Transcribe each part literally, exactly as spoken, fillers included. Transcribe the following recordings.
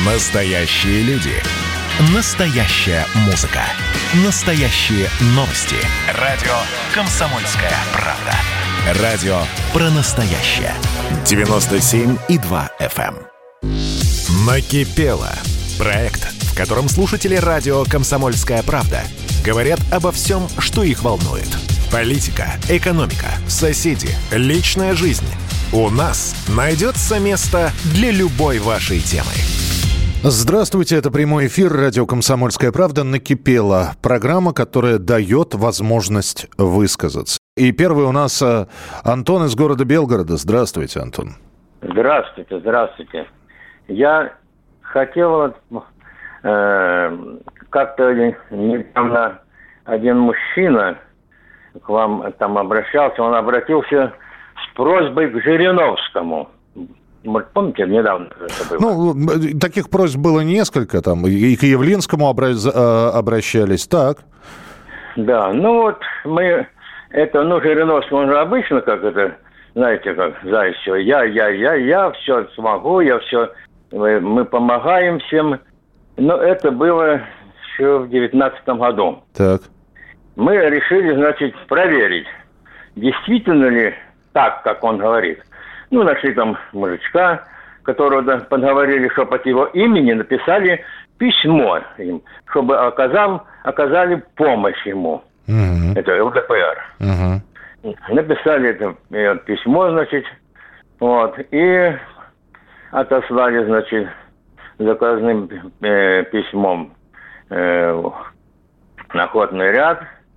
Настоящие люди. Настоящая музыка. Настоящие новости. Радио «Комсомольская правда». Радио про настоящее. девяносто семь и два эф эм. Накипело. Проект, в котором слушатели радио «Комсомольская правда» говорят обо всем, что их волнует. Политика, экономика, соседи, личная жизнь. У нас найдется место для любой вашей темы. Здравствуйте, это прямой эфир радио «Комсомольская правда». Накипела программа, которая дает возможность высказаться. И первый у нас э, Антон из города Белгорода. Здравствуйте, Антон. Здравствуйте, здравствуйте. Я хотел, э, как-то недавно один мужчина к вам там обращался, он обратился с просьбой к Жириновскому. Может, помните, недавно это было? Ну, таких просьб было несколько, там, и к Явлинскому образ, обращались, так? Да, ну вот мы, это, ну, Жириновский, он же обычно, как это, знаете, как, заяц, все, я, я, я, я, все смогу, я все, мы, мы помогаем всем. Но это было еще в девятнадцатом году. Так. Мы решили, значит, проверить, действительно ли так, как он говорит. Ну, нашли там мужичка, которого подговорили, чтобы от его имени написали письмо им, чтобы оказал, оказали помощь ему. Uh-huh. Это эл дэ пэ эр. Uh-huh. Написали это, это письмо, значит, вот, и отослали, значит, заказным э, письмом э, на охотный ряд,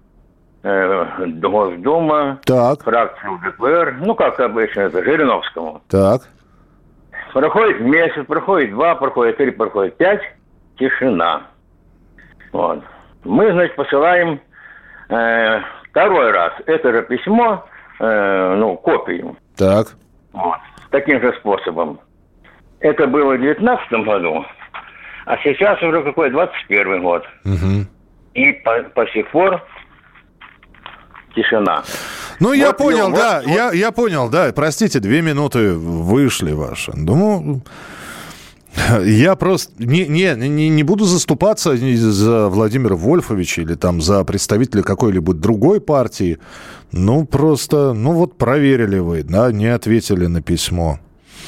Госдума, так. Фракция эл дэ пэ эр, ну, как обычно, это Жириновскому. Так. Проходит месяц, проходит два, проходит три, проходит пять, тишина. Вот. Мы, значит, посылаем э, второй раз это же письмо, э, ну, копию. Так. Вот. Таким же способом. Это было в девятнадцатом году, а сейчас уже какой, двадцать первый год. Угу. И по, по сих пор тишина. Ну, вот я понял, его, да, вот, я, я понял, да, простите, две минуты вышли ваши. Ну, я просто не, не, не, не буду заступаться за Владимира Вольфовича или там за представителя какой-либо другой партии. Ну, просто, ну вот проверили вы, да, не ответили на письмо.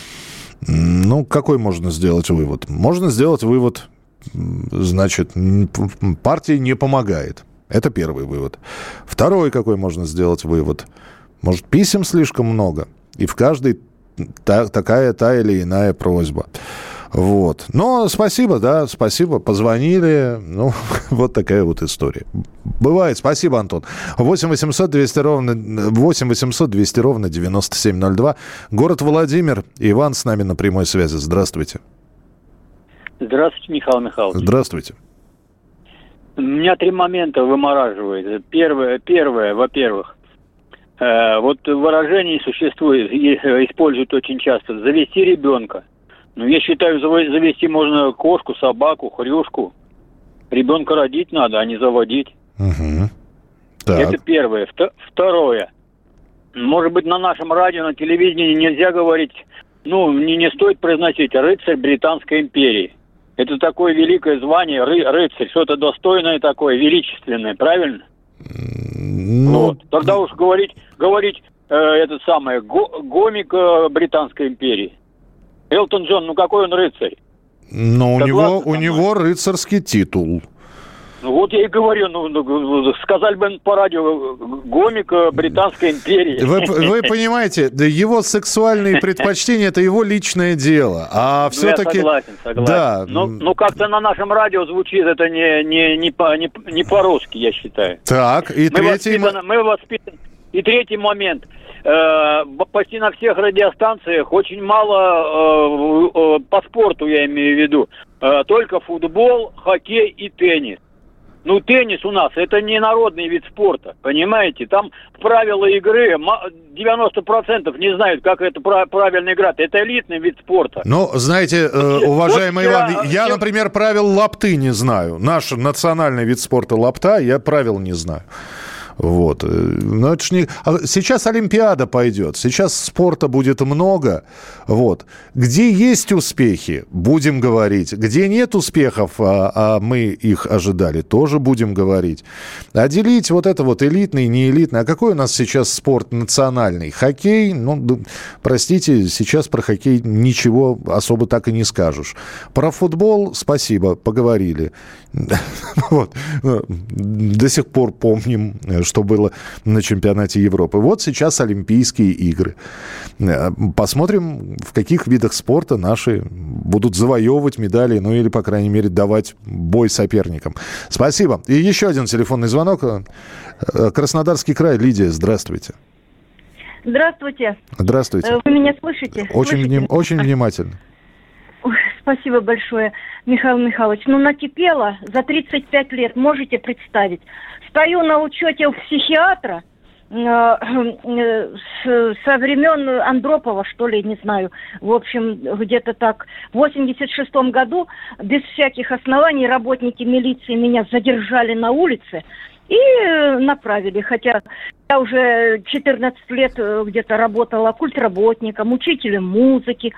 Ну, какой можно сделать вывод? Можно сделать вывод, значит, партии не помогает. Это первый вывод. Второй какой можно сделать вывод? Может, писем слишком много, и в каждой та, такая та или иная просьба. Вот. Но спасибо, да, спасибо, позвонили. Ну, вот такая вот история. Бывает. Спасибо, Антон. восемь восемьсот двести ровно, восемь восемьсот двести ровно девяносто семь ноль два. Город Владимир. Иван с нами на прямой связи. Здравствуйте. Здравствуйте, Михаил Михайлович. Здравствуйте. Меня три момента вымораживает. Первое, первое, во-первых, э, вот выражение существует, используют очень часто, завести ребенка. Ну, я считаю, завести можно кошку, собаку, хрюшку. Ребенка родить надо, а не заводить. Угу. Так. Это первое. Второе. Может быть, на нашем радио, на телевидении нельзя говорить, ну, не, не стоит произносить рыцарь Британской империи. Это такое великое звание, ры- рыцарь, что-то достойное такое, величественное, правильно? Ну... Вот. Тогда уж говорить, говорить э, это самое, го- гомик э, Британской империи. Элтон Джон, ну какой он рыцарь? Ну, у него, у него рыцарский титул. Ну вот я и говорю, ну, ну сказали бы по радио гомик Британской империи. Вы, вы понимаете, его сексуальные предпочтения – это его личное дело, а ну, все-таки… Я согласен, согласен. Да. Ну, ну как-то на нашем радио звучит это не, не, не, по, не, не по-русски, я считаю. Так, и мы третий… Воспитаны, мы воспитаны. И третий момент. Э, почти на всех радиостанциях очень мало, э, э, по спорту я имею в виду, э, только футбол, хоккей и теннис. Ну, теннис у нас, это не народный вид спорта, понимаете? Там правила игры, девяносто процентов не знают, как это правильно играть. Это элитный вид спорта. Ну, знаете, э, уважаемый вот Иван, я, я, я, например, правил лапты не знаю. Наш национальный вид спорта лапта, я правил не знаю. Вот. Но это ж не... Сейчас Олимпиада пойдет, сейчас спорта будет много. Вот. Где есть успехи, будем говорить. Где нет успехов, а, а мы их ожидали, тоже будем говорить. А делить вот это вот элитный, не элитный. А какой у нас сейчас спорт национальный? Хоккей? Ну, простите, сейчас про хоккей ничего особо так и не скажешь. Про футбол спасибо, поговорили. Вот. До сих пор помним, что было на чемпионате Европы. Вот сейчас Олимпийские игры. Посмотрим, в каких видах спорта наши будут завоевывать медали, ну или, по крайней мере, давать бой соперникам. Спасибо. И еще один телефонный звонок. Краснодарский край. Лидия, здравствуйте. Здравствуйте. Здравствуйте. Вы меня слышите? Очень, слышите? Вним, очень внимательно. Ой, спасибо большое, Михаил Михайлович. Ну, накипело за тридцать пять лет, можете представить. Стою на учете у психиатра э, э, с, со времен Андропова, что ли, не знаю. В общем, где-то так. В восемьдесят шестом году без всяких оснований работники милиции меня задержали на улице и направили. Хотя я уже четырнадцать лет где-то работала культработником, учителем музыки.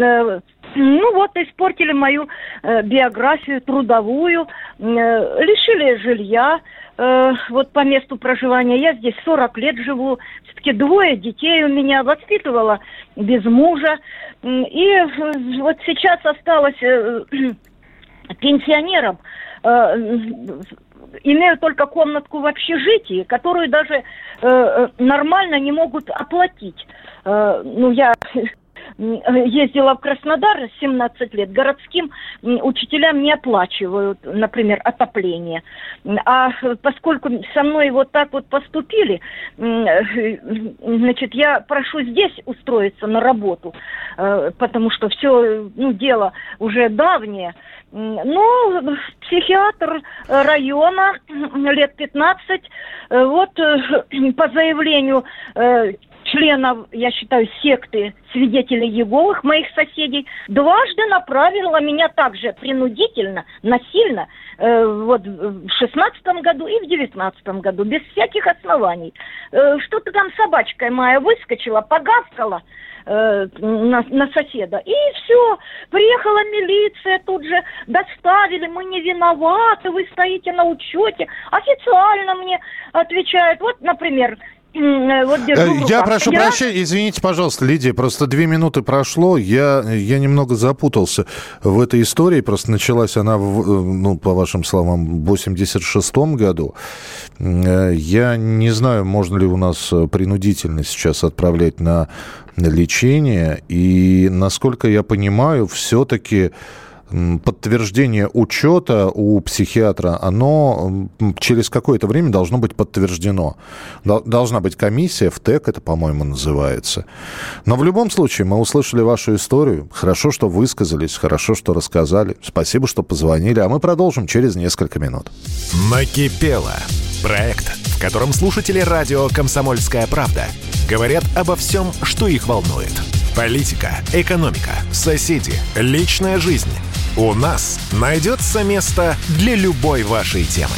Ну вот, испортили мою э, биографию трудовую, э, лишили жилья, э, вот по месту проживания. Я здесь сорок лет живу, все-таки двое детей у меня, воспитывала без мужа. И вот сейчас осталась э, пенсионером, э, имею только комнатку в общежитии, которую даже э, нормально не могут оплатить. Э, ну, я... ездила в Краснодар семнадцать лет, городским учителям не оплачивают, например, отопление. А поскольку со мной вот так вот поступили, значит, я прошу здесь устроиться на работу, потому что все, ну, дело уже давнее. Ну, психиатр района, лет пятнадцать, вот по заявлению членов, я считаю, секты свидетелей Иеговых, моих соседей, дважды направила меня также принудительно, насильно, э, вот в шестнадцатом году и в девятнадцатом году, без всяких оснований. Э, что-то там собачка моя выскочила, погавкала э, на, на соседа, и все, приехала милиция, тут же доставили, мы не виноваты, вы стоите на учете, официально мне отвечают, вот, например, вот я прошу я... прощения, извините, пожалуйста, Лидия, просто две минуты прошло, я, я немного запутался в этой истории, просто началась она, в, ну, по вашим словам, в восемьдесят шестом году. Я не знаю, можно ли у нас принудительно сейчас отправлять на лечение, и, насколько я понимаю, все-таки подтверждение учета у психиатра, оно через какое-то время должно быть подтверждено. Должна быть комиссия, в ТЭК это, по-моему, называется. Но в любом случае мы услышали вашу историю. Хорошо, что высказались, хорошо, что рассказали. Спасибо, что позвонили. А мы продолжим через несколько минут. Накипело. Проект, в котором слушатели радио «Комсомольская правда» говорят обо всем, что их волнует. Политика, экономика, соседи, личная жизнь. У нас найдется место для любой вашей темы.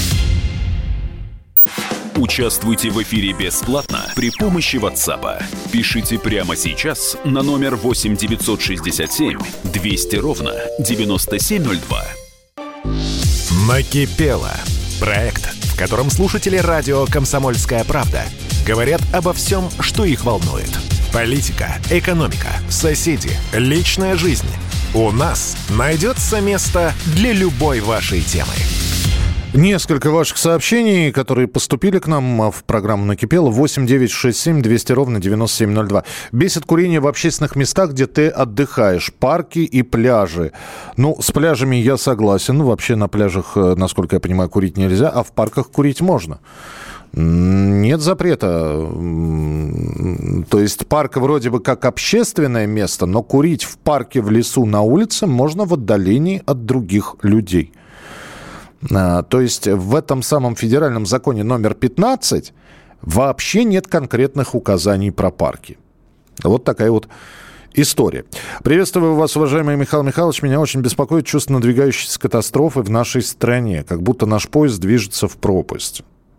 Участвуйте в эфире бесплатно при помощи WhatsApp. Пишите прямо сейчас на номер восемь девятьсот шестьдесят семь двести ровно девяносто семь ноль два. Накипело. Проект, в котором слушатели радио «Комсомольская правда» говорят обо всем, что их волнует. Политика, экономика, соседи, личная жизнь. У нас найдется место для любой вашей темы. Несколько ваших сообщений, которые поступили к нам в программу «Накипело». восемь девятьсот шестьдесят семь двести ровно девяносто семь ноль два. Бесит курение в общественных местах, где ты отдыхаешь. Парки и пляжи. Ну, с пляжами я согласен. Вообще на пляжах, насколько я понимаю, курить нельзя, а в парках курить можно. Нет запрета. То есть парк вроде бы как общественное место, но курить в парке, в лесу, на улице можно в отдалении от других людей. То есть в этом самом федеральном законе номер пятнадцать вообще нет конкретных указаний про парки. Вот такая вот история. Приветствую вас, уважаемый Михаил Михайлович. Меня очень беспокоит чувство надвигающейся катастрофы в нашей стране. Как будто наш поезд движется в пропасть.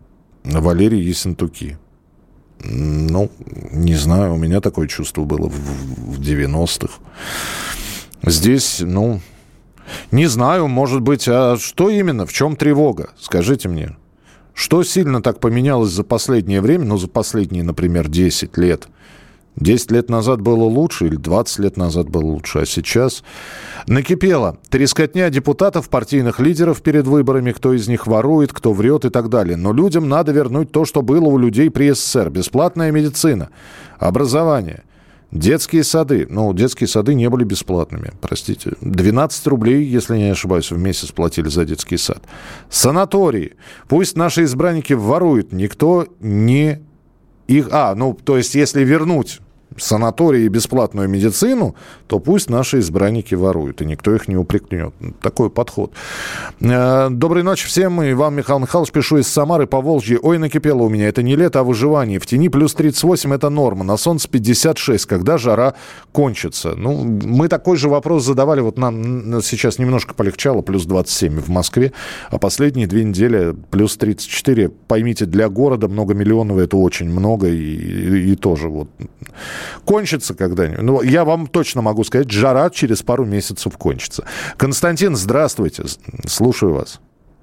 Валерий Ессентуки. Ну, не знаю, у меня такое чувство было в, в девяностых. Здесь, ну, не знаю, может быть, а что именно, в чем тревога? Скажите мне. Что сильно так поменялось за последнее время, ну, за последние, например, десять лет? десять лет назад было лучше или двадцать лет назад было лучше, а сейчас накипело. Трескотня депутатов, партийных лидеров перед выборами, кто из них ворует, кто врет и так далее. Но людям надо вернуть то, что было у людей при СССР. Бесплатная медицина, образование, детские сады. Ну, детские сады не были бесплатными, простите. двенадцать рублей, если не ошибаюсь, в месяц платили за детский сад. Санатории. Пусть наши избранники воруют, никто не их... А, ну, то есть, если вернуть санатории и бесплатную медицину, то пусть наши избранники воруют, и никто их не упрекнет. Такой подход. Доброй ночи всем, и вам, Михаил Михайлович, пишу из Самары, Поволжья. Ой, накипело у меня. Это не лето, а выживание. В тени плюс тридцать восемь – это норма. На солнце пятьдесят шесть. Когда жара кончится? Ну, мы такой же вопрос задавали. Вот нам сейчас немножко полегчало. Плюс двадцать семь в Москве. А последние две недели плюс тридцать четыре. Поймите, для города многомиллионного это очень много. И, и, и тоже вот... Кончится когда-нибудь. Ну, я вам точно могу сказать, жара через пару месяцев кончится. Константин, здравствуйте. Слушаю вас.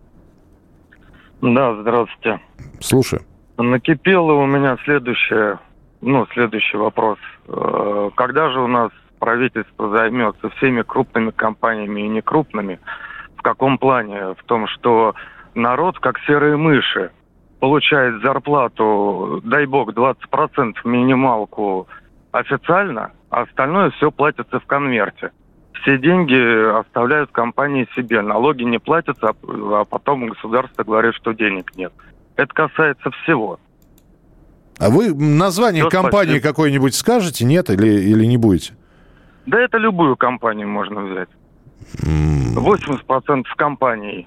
Да, здравствуйте. Слушаю. Накипело у меня следующее, ну, следующий вопрос. Когда же у нас правительство займется всеми крупными компаниями и некрупными? В каком плане? В том, что народ, как серые мыши, получает зарплату, дай бог, двадцать процентов минималку официально, а остальное все платится в конверте. Все деньги оставляют компании себе, налоги не платятся, а потом государство говорит, что денег нет. Это касается всего. А вы название все, компании спасибо. Какой-нибудь скажете, нет, или, или не будете? Да это любую компанию можно взять. восемьдесят процентов компаний.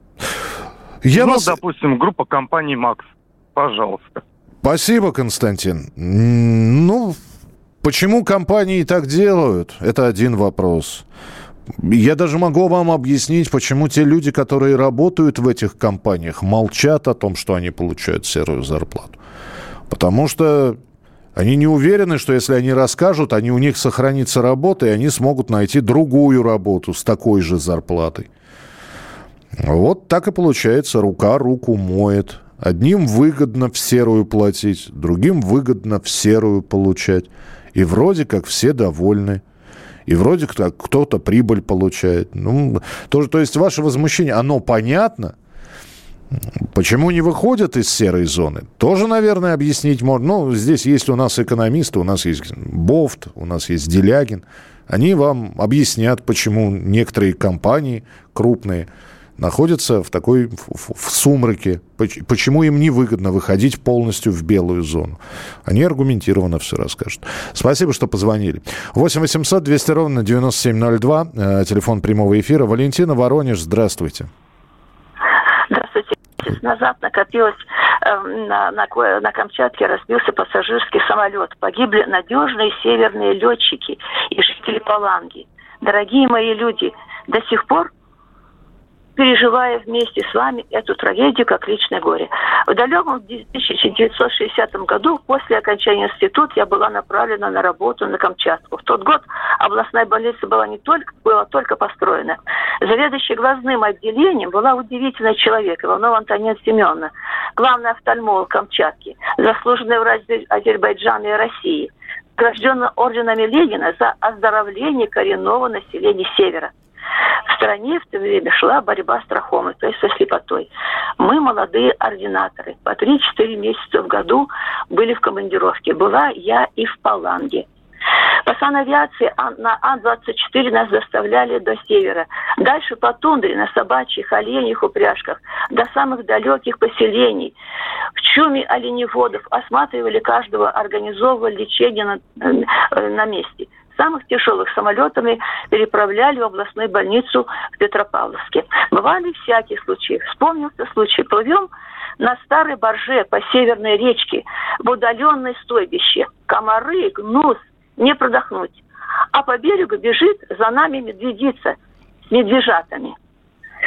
Я ну, вас... допустим, группа компаний «Макс». Пожалуйста. Спасибо, Константин. Ну, почему компании так делают? Это один вопрос. Я даже могу вам объяснить, почему те люди, которые работают в этих компаниях, молчат о том, что они получают серую зарплату. Потому что они не уверены, что если они расскажут, они, у них сохранится работа, и они смогут найти другую работу с такой же зарплатой. Вот так и получается, рука руку моет. Одним выгодно в серую платить, другим выгодно в серую получать. И вроде как все довольны. И вроде как кто-то прибыль получает. Ну, тоже, то есть ваше возмущение, оно понятно. Почему не выходят из серой зоны? Тоже, наверное, объяснить можно. Ну, здесь есть у нас экономисты, у нас есть Бофт, у нас есть Делягин. Они вам объяснят, почему некоторые компании крупные находятся в такой в, в сумраке, почему им невыгодно выходить полностью в белую зону. Они аргументированно все расскажут. Спасибо, что позвонили. восемь восемьсот двести ровно девяносто семь ноль два, э, телефон прямого эфира. Валентина, Воронеж, здравствуйте. Здравствуйте. Месяц назад накопилось э, на, на, на Камчатке, разбился пассажирский самолет. Погибли надежные северные летчики и жители Паланги. Дорогие мои люди, до сих пор переживая вместе с вами эту трагедию как личное горе. В далеком тысяча девятьсот шестидесятом году, после окончания института, я была направлена на работу на Камчатку. В тот год областная больница была не только, была только построена. Заведующей глазным отделением была удивительный человек, Иванова Антонина Семеновна, главный офтальмолог Камчатки, заслуженный врач Азербайджана и России, награжденный орденами Ленина за оздоровление коренного населения Севера. В стране в то время шла борьба с трахомой, то есть со слепотой. Мы, молодые ординаторы, по три-четыре месяца в году были в командировке. Была я и в Паланге. По санавиации на Ан двадцать четыре нас доставляли до севера. Дальше по тундре на собачьих, оленьих упряжках до самых далеких поселений. В чуме оленеводов осматривали каждого, организовывали лечение на, на месте. Самых тяжелых самолетами переправляли в областную больницу в Петропавловске. Бывали всякие случаи. Вспомнился случай. Плывем на старой барже по северной речке в удаленное стойбище. Комары, гнус, не продохнуть. А по берегу бежит за нами медведица с медвежатами.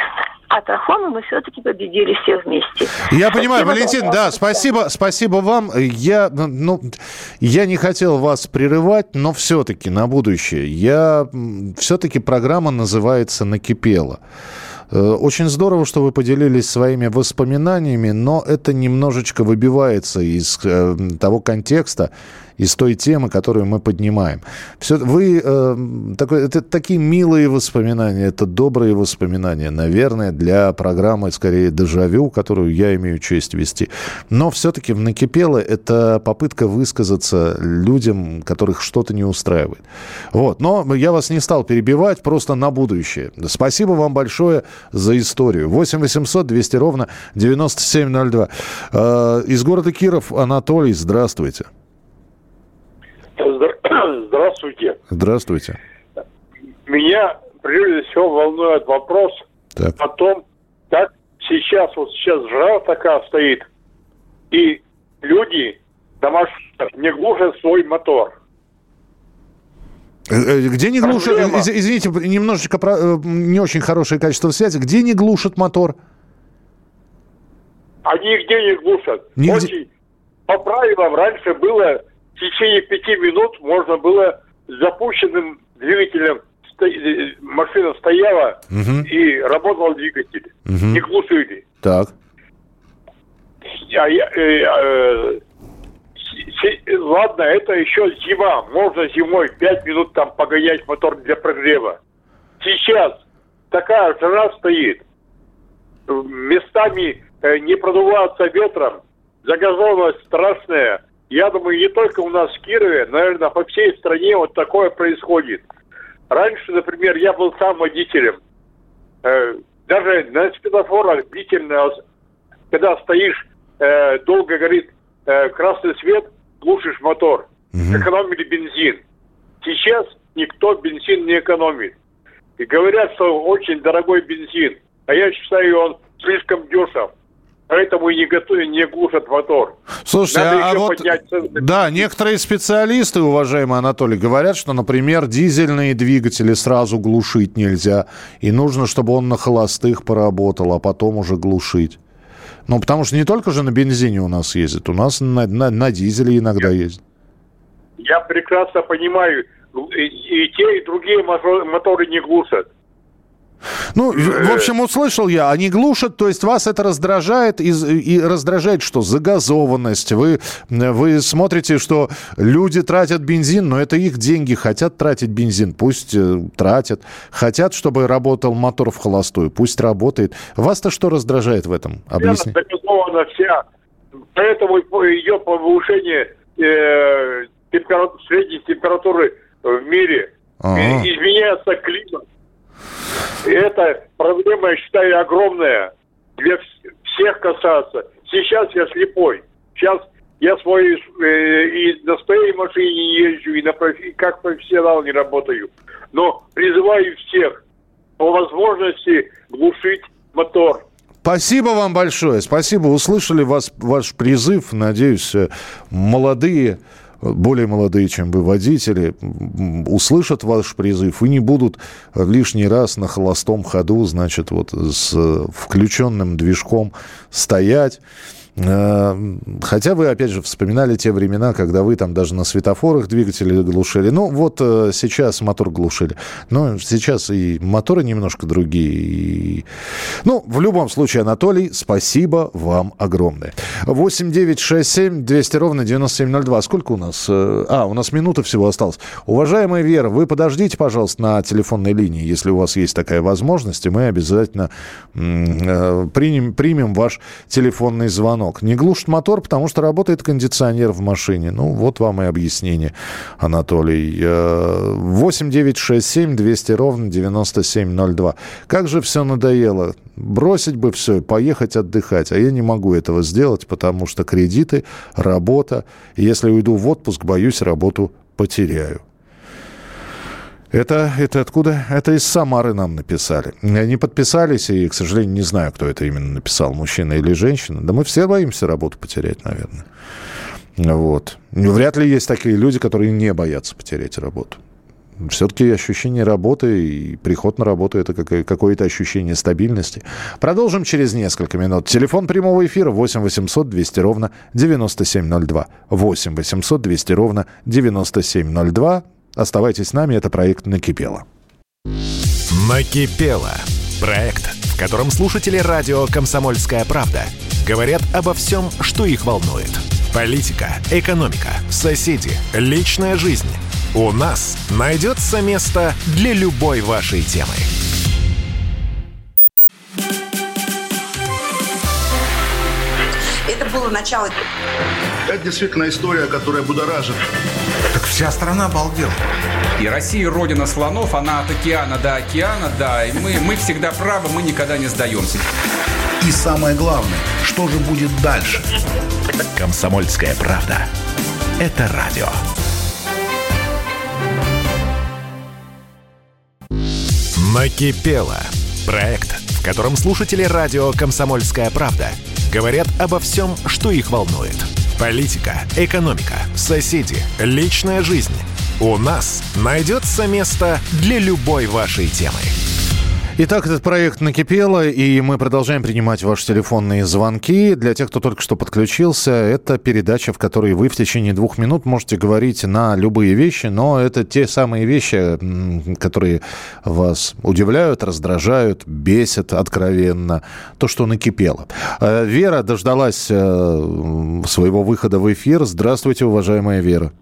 А Трахому мы все-таки победили все вместе. Я спасибо, понимаю, Валентин, да, спасибо, спасибо вам. Я, ну, я не хотел вас прерывать, но все-таки на будущее. Я, все-таки программа называется «Накипело». Очень здорово, что вы поделились своими воспоминаниями, но это немножечко выбивается из э, того контекста, из той темы, которую мы поднимаем. Все, вы, э, такой, это такие милые воспоминания, это добрые воспоминания, наверное, для программы, скорее, «Дежавю», которую я имею честь вести. Но все-таки в «Накипело» это попытка высказаться людям, которых что-то не устраивает. Вот. Но я вас не стал перебивать, просто на будущее. Спасибо вам большое за историю. восемь восемьсот двести ровно девяносто семь ноль два. Э, из города Киров Анатолий, здравствуйте. Здравствуйте. Здравствуйте. Меня прежде всего волнует вопрос так. о том, как сейчас, вот сейчас жара такая стоит, и люди домашние не глушат свой мотор. Где не глушат, извините, немножечко не очень хорошее качество связи, где не глушат мотор? Они нигде не глушат. Нигде... Очень, по правилам, раньше было в течение пяти минут можно было с запущенным двигателем, сто... машина стояла угу. и работал двигатель. Угу. Не глушили. Так. А я, э, э, с... Ладно, это еще зима. Можно зимой пять минут там погонять мотор для прогрева. Сейчас такая жара стоит. Местами э, не продувается ветром. Загазованность страшная. Я думаю, не только у нас в Кирове, наверное, по всей стране вот такое происходит. Раньше, например, я был сам водителем. Э, даже на светофорах длительно, когда стоишь, э, долго горит э, красный свет, глушишь мотор. Mm-hmm. Экономили бензин. Сейчас никто бензин не экономит. И говорят, что очень дорогой бензин. А я считаю, он слишком дешев. Поэтому и не, готовят, не глушат мотор. Слушайте, Надо а, а вот, да, некоторые специалисты, уважаемый Анатолий, говорят, что, например, дизельные двигатели сразу глушить нельзя, и нужно, чтобы он на холостых поработал, а потом уже глушить. Ну, потому что не только же на бензине у нас ездит, у нас на, на, на дизеле иногда ездит. Я прекрасно понимаю, и, и те, и другие моторы не глушат. Ну, в общем, услышал я, они глушат, то есть вас это раздражает, и, и раздражает что? Загазованность. Вы, вы смотрите, что люди тратят бензин, но это их деньги, хотят тратить бензин, пусть э, тратят. Хотят, чтобы работал мотор в холостую, пусть работает. Вас-то что раздражает в этом? Объясни. Загазована вся. Поэтому ее повышение э, температур, средней температуры в мире. А-а-а. Изменяется климат. Это проблема, я считаю, огромная. Для всех касаться. Сейчас я слепой. Сейчас я свой э, и на своей машине не езжу, и на профи, как профессионал не работаю. Но призываю всех по возможности глушить мотор. Спасибо вам большое. Спасибо. Услышали вас, ваш призыв. Надеюсь, молодые, более молодые, чем вы, водители, услышат ваш призыв и не будут лишний раз на холостом ходу, значит, вот с включенным движком стоять. Хотя вы, опять же, вспоминали те времена, когда вы там даже на светофорах двигатели глушили. Ну, вот сейчас мотор глушили. Но сейчас и моторы немножко другие. И... Ну, в любом случае, Анатолий, спасибо вам огромное. восемь девятьсот шестьдесят семь двести ровно девяносто семь ноль два. Сколько у нас? А, у нас минута всего осталась. Уважаемая Вера, вы подождите, пожалуйста, на телефонной линии, если у вас есть такая возможность, и мы обязательно примем, примем ваш телефонный звонок. Не глушит мотор, потому что работает кондиционер в машине. Ну, вот вам и объяснение, Анатолий. восемь девятьсот шестьдесят семь двести ровно девяносто семь ноль два. Как же все надоело. Бросить бы все и поехать отдыхать. А я не могу этого сделать, потому что кредиты, работа. Если уйду в отпуск, боюсь, работу потеряю. Это, это откуда? Это из Самары нам написали. Не подписались, и, к сожалению, не знаю, кто это именно написал, мужчина или женщина. Да мы все боимся работу потерять, наверное. Вот. Вряд ли есть такие люди, которые не боятся потерять работу. все-таки ощущение работы и приход на работу – это какое-то ощущение стабильности. Продолжим через несколько минут. Телефон прямого эфира восемь восемьсот двести ровно девяносто семь ноль два. восемь восемьсот двести ровно девяносто семь ноль два. Оставайтесь с нами, это проект «Накипело». «Накипело» – проект, в котором слушатели радио «Комсомольская правда» говорят обо всем, что их волнует. Политика, экономика, соседи, личная жизнь. У нас найдется место для любой вашей темы. Это было начало. Это действительно история, которая будоражит. Так вся страна обалдела. И Россия родина слонов, она от океана до океана, да. И мы, мы всегда правы, мы никогда не сдаемся. И самое главное, что же будет дальше? «Комсомольская правда». Это радио. «Накипело» – проект, в котором слушатели радио «Комсомольская правда» говорят обо всем, что их волнует. Политика, экономика, соседи, личная жизнь. У нас найдется место для любой вашей темы. Итак, этот проект «Накипело», и мы продолжаем принимать ваши телефонные звонки. Для тех, кто только что подключился, это передача, в которой вы в течение двух минут можете говорить на любые вещи, но это те самые вещи, которые вас удивляют, раздражают, бесят откровенно. То, что накипело. Вера дождалась своего выхода в эфир. Здравствуйте, уважаемая Вера.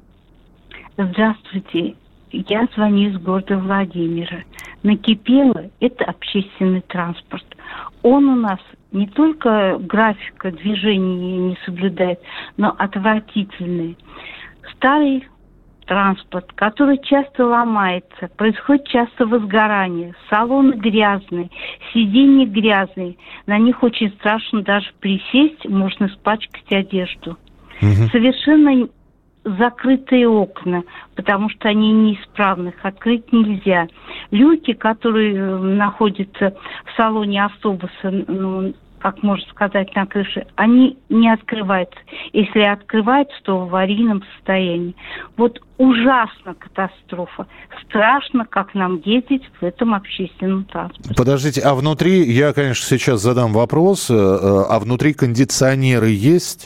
Здравствуйте. Я звоню из города Владимира. Накипело – это общественный транспорт. Он у нас не только графика движения не соблюдает, но отвратительный. Старый транспорт, который часто ломается, происходит часто возгорание, салоны грязные, сиденья грязные, на них очень страшно даже присесть, можно испачкать одежду. Угу. Совершенно закрытые окна, потому что они неисправны, их открыть нельзя. Люки, которые находятся в салоне автобуса, ну, как можно сказать, на крыше, они не открываются. Если открываются, то в аварийном состоянии. Вот ужасно катастрофа. Страшно, как нам ездить в этом общественном транспорте. Подождите, а внутри, я, конечно, сейчас задам вопрос, а внутри кондиционеры есть?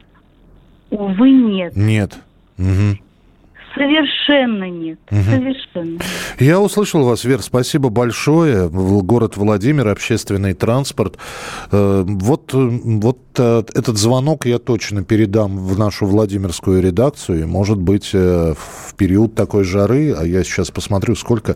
Увы, нет. Нет. Угу. Совершенно нет. Угу. Совершенно. Я услышал вас, Вер, спасибо большое. Город Владимир, общественный транспорт. Вот, вот этот звонок я точно передам в нашу владимирскую редакцию. Может быть, в период такой жары, а я сейчас посмотрю, сколько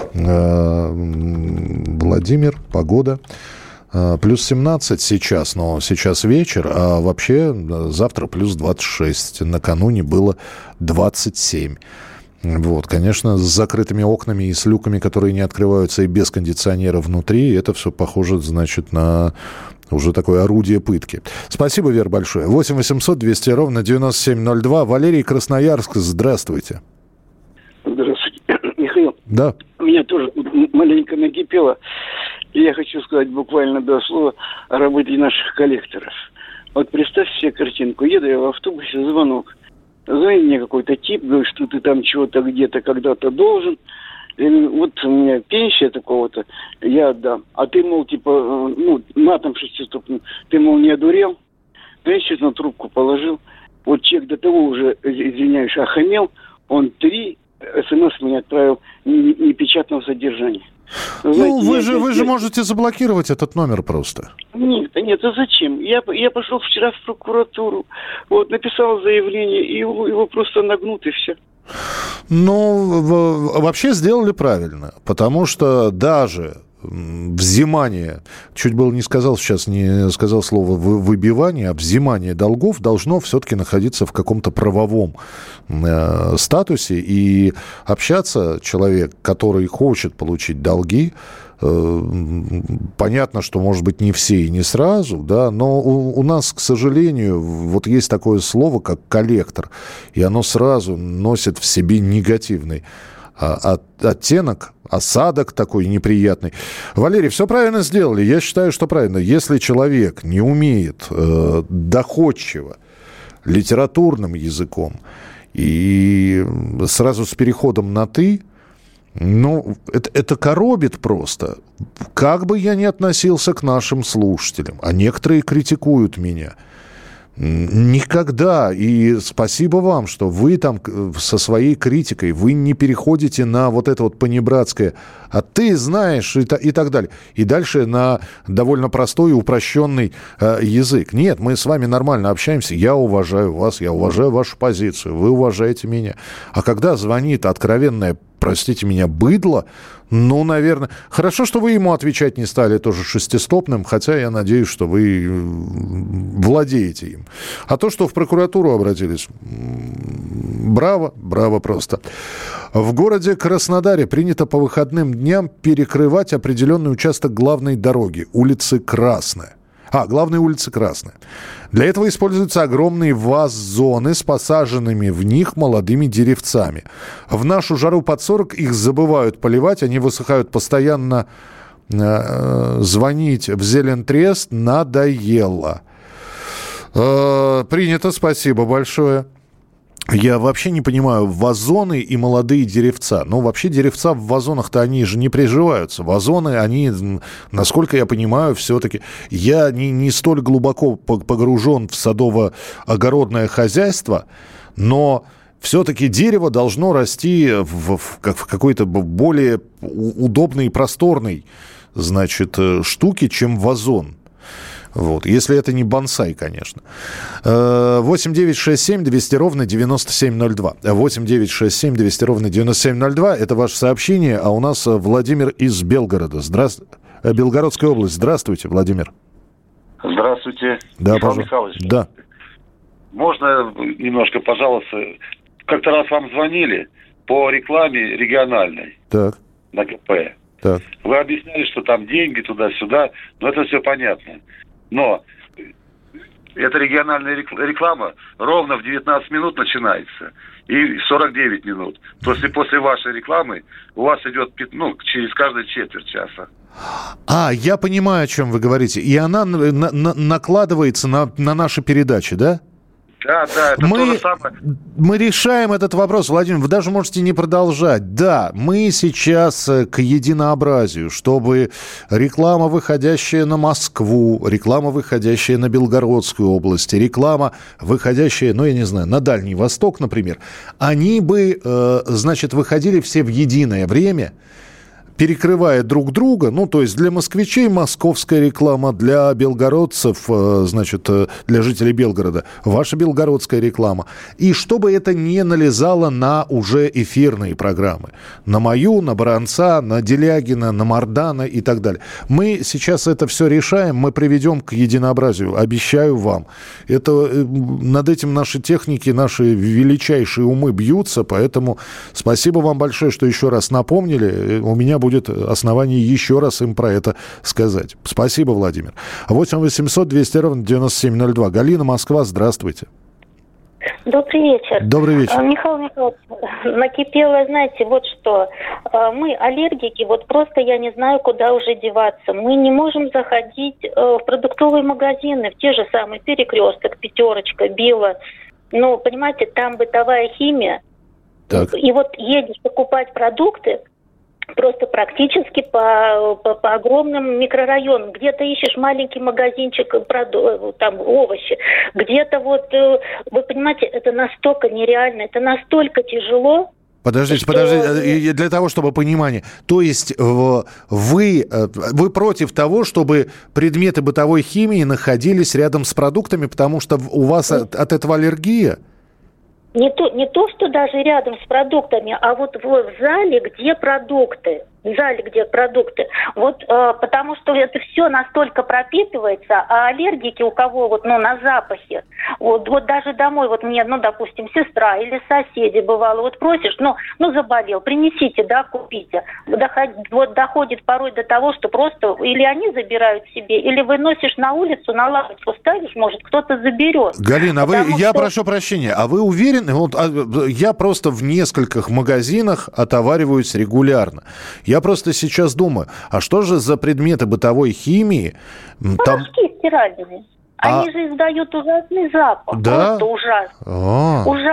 Владимир, погода. Плюс семнадцать сейчас, но сейчас вечер, а вообще завтра плюс двадцать шесть. Накануне было двадцать семь. Вот, конечно, с закрытыми окнами и с люками, которые не открываются, и без кондиционера внутри, это все похоже, значит, на уже такое орудие пытки. Спасибо, Вер, большое. восемь восемьсот двести ровно девяносто семь ноль два. Валерий, Красноярск, здравствуйте. Здравствуйте, Михаил. Да. Меня тоже маленько накипело. Я хочу сказать буквально два слова о работе наших коллекторов. Вот представьте себе картинку. Еду я в автобусе, звонок. Звонит мне какой-то тип, говорит, что ты там чего-то где-то когда-то должен. И вот у меня пенсия такого-то, я отдам. А ты, мол, типа, ну, матом шестистопным, ты, мол, не одурел? Я, естественно, трубку положил. Вот человек до того уже, извиняюсь, охамел. Он три смс мне отправил непечатного содержания. Ну, знаете, вы, же, вы же можете заблокировать этот номер просто. Нет, нет, а зачем? Я, я пошел вчера в прокуратуру, вот, написал заявление, и его, его просто нагнут, и все. Ну, вообще сделали правильно, потому что даже взимание, чуть было не сказал сейчас, не сказал слово выбивание, а взимание долгов должно все-таки находиться в каком-то правовом э, статусе, и общаться человек, который хочет получить долги, э, понятно, что, может быть, не все и не сразу, да, но у, у нас, к сожалению, вот есть такое слово, как коллектор, и оно сразу носит в себе негативный От, оттенок, осадок такой неприятный. Валерий, все правильно сделали. Я считаю, что правильно. Если человек не умеет э, доходчиво, литературным языком И сразу с переходом на «ты», ну, это, это коробит просто. Как бы я ни относился к нашим слушателям, а некоторые критикуют меня. Никогда. И спасибо вам, что вы там со своей критикой, вы не переходите на вот это вот понебратское «а ты знаешь» и, та, и так далее. И дальше на довольно простой и упрощенный э, язык. Нет, мы с вами нормально общаемся. Я уважаю вас, я уважаю вашу позицию, вы уважаете меня. А когда звонит откровенная, простите меня, быдло, ну, наверное... Хорошо, что вы ему отвечать не стали тоже шестистопным, хотя я надеюсь, что вы владеете им. А то, что в прокуратуру обратились, браво, браво просто. В городе Краснодаре принято по выходным дням перекрывать определенный участок главной дороги, улицы Красная. А, главной улицы Красная. Для этого используются огромные ваз-зоны с посаженными в них молодыми деревцами. В нашу жару под сорок их забывают поливать, они высыхают постоянно. Э, звонить в Зелентрест надоело. Э, принято, спасибо большое. Я вообще не понимаю, вазоны и молодые деревца. Ну, вообще деревца в вазонах-то они же не приживаются. Вазоны, они, насколько я понимаю, все-таки... Я не, не столь глубоко погружен в садово-огородное хозяйство, но все-таки дерево должно расти в, в, в какой-то более удобной и просторной, значит, штуке, чем вазон. Вот. Если это не бонсай, конечно. восемь девятьсот шестьдесят семь двести ровно девяносто семь ноль два. восемь девятьсот шестьдесят семь двести ровно девяносто семь ноль два. Это ваше сообщение. А у нас Владимир из Белгорода. Здравствуйте. Белгородская область. Здравствуйте, Владимир. Здравствуйте. Да, Михаил пожалуйста. Михайлович. Да. Можно немножко, пожалуйста? Как-то раз вам звонили по рекламе региональной. Так. На КП. Так. Вы объясняли, что там деньги туда-сюда. Но это все понятно. Но эта региональная реклама ровно в девятнадцать минут начинается и сорок девять минут. После, после вашей рекламы у вас идет, ну, через каждые четверть часа. А, я понимаю, о чем вы говорите. И она на, на, накладывается на, на наши передачи, да? Да, да, это мы, то же самое. Мы решаем этот вопрос, Владимир, вы даже можете не продолжать. Да, мы сейчас к единообразию, чтобы реклама, выходящая на Москву, реклама, выходящая на Белгородскую область, реклама, выходящая, ну, я не знаю, на Дальний Восток, например, они бы, э, значит, выходили все в единое время, перекрывая друг друга, ну, то есть для москвичей московская реклама, для белгородцев, значит, для жителей Белгорода ваша белгородская реклама. И чтобы это не налезало на уже эфирные программы. На мою, на Баранца, на Делягина, на Мардана и так далее. Мы сейчас это все решаем, мы приведем к единообразию, обещаю вам. Это, над этим наши техники, наши величайшие умы бьются, поэтому спасибо вам большое, что еще раз напомнили. У меня будет основание еще раз им про это сказать. Спасибо, Владимир. восемь восемьсот двести ровно девяносто семь ноль два. Галина, Москва, здравствуйте. Добрый вечер. Добрый вечер. Михаил Михайлович, накипело, знаете, вот что. Мы аллергики, вот просто я не знаю, куда уже деваться. Мы не можем заходить в продуктовые магазины, в те же самые Перекресток, Пятерочка, Билла. Ну, понимаете, там бытовая химия. Так. И вот едешь покупать продукты, просто практически по, по, по огромным микрорайонам. Где-то ищешь маленький магазинчик, там овощи. Где-то вот, вы понимаете, это настолько нереально, это настолько тяжело. Подождите, что... подождите, для того, чтобы понимание. То есть вы, вы против того, чтобы предметы бытовой химии находились рядом с продуктами, потому что у вас от, от этого аллергия? Не то, не то, что даже рядом с продуктами, а вот в, в зале, где продукты. В зале, где продукты. Вот э, потому что это все настолько пропитывается, а аллергики у кого вот, ну, на запахе. Вот, вот даже домой, вот мне, ну, допустим, сестра или соседи бывало, вот просишь, ну, ну заболел, принесите, да, купите. Доход, вот доходит порой до того, что просто или они забирают себе, или выносишь на улицу, на лавочку ставишь, может, кто-то заберет. Галина, а вы, Потому я что... прошу прощения, а вы уверены, вот, а, я просто в нескольких магазинах отовариваюсь регулярно. Я просто сейчас думаю, а что же за предметы бытовой химии? Порошки там... стиральные. А... Они же издают ужасный запах. Да? Просто ужасный. А-а-а. Ужасный.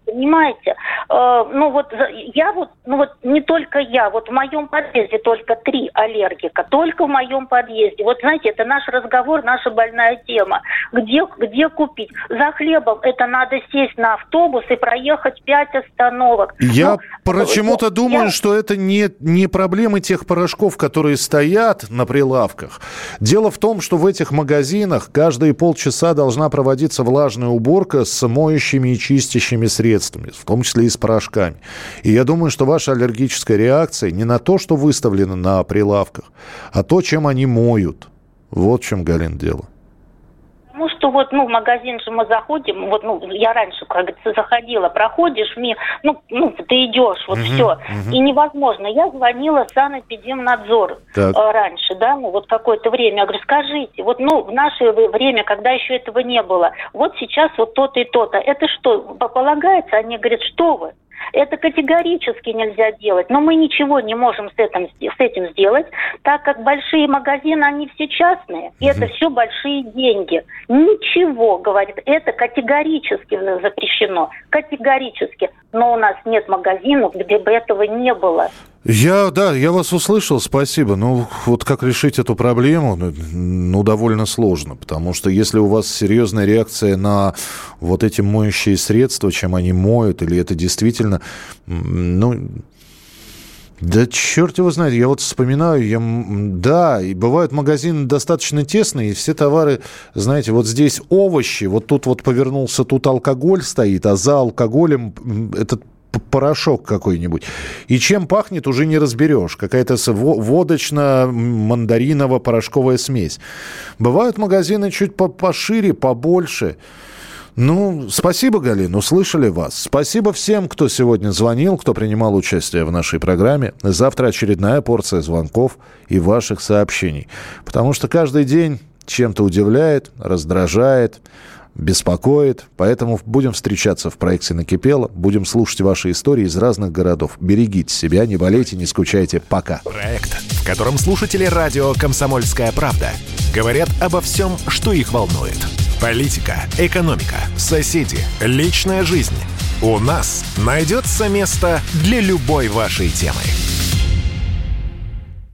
понимаете? Э, ну вот я вот, ну вот не только я, вот в моем подъезде только три аллергика, только в моем подъезде. Вот знаете, это наш разговор, наша больная тема. Где, где купить? За хлебом это надо сесть на автобус и проехать пять остановок. Я ну, почему-то я... думаю, что это не, не проблемы тех порошков, которые стоят на прилавках. Дело в том, что в этих магазинах каждые полчаса должна проводиться влажная уборка с моющими и чистящими средствами, в том числе и с порошками. И я думаю, что ваша аллергическая реакция не на то, что выставлено на прилавках, а то, чем они моют. Вот в чем, Галин, дело. Потому что вот, ну, в магазин же мы заходим, вот, ну, я раньше, как говорится, заходила, проходишь, мне, ну, ну, ты идешь, вот uh-huh, все, uh-huh. и невозможно. Я звонила в Санэпидемнадзор э, раньше, да, ну, вот какое-то время, я говорю, скажите, вот, ну, в наше время, когда еще этого не было, вот сейчас вот то-то и то-то, это что, полагается? Они говорят, что вы? Это категорически нельзя делать. Но мы ничего не можем с этим, с этим сделать, так как большие магазины, они все частные, и это все большие деньги. Ничего, говорит, это категорически запрещено. Категорически. Но у нас нет магазинов, где бы этого не было. Я, да, я вас услышал, спасибо. Ну, вот как решить эту проблему, ну, довольно сложно, потому что если у вас серьезная реакция на вот эти моющие средства, чем они моют, или это действительно, ну, да черт его знает, я вот вспоминаю, я, да, и бывают магазины достаточно тесные, и все товары, знаете, вот здесь овощи, вот тут вот повернулся, тут алкоголь стоит, а за алкоголем этот порошок какой-нибудь. И чем пахнет, уже не разберешь. Какая-то водочно-мандариново-порошковая смесь. Бывают магазины чуть пошире, побольше. Ну, спасибо, Галина, услышали вас. Спасибо всем, кто сегодня звонил, кто принимал участие в нашей программе. Завтра очередная порция звонков и ваших сообщений. Потому что каждый день чем-то удивляет, раздражает, беспокоит. Поэтому будем встречаться в проекте «Накипело». Будем слушать ваши истории из разных городов. Берегите себя, не болейте, не скучайте. Пока. Проект, в котором слушатели радио «Комсомольская правда» говорят обо всем, что их волнует. Политика, экономика, соседи, личная жизнь. У нас найдется место для любой вашей темы.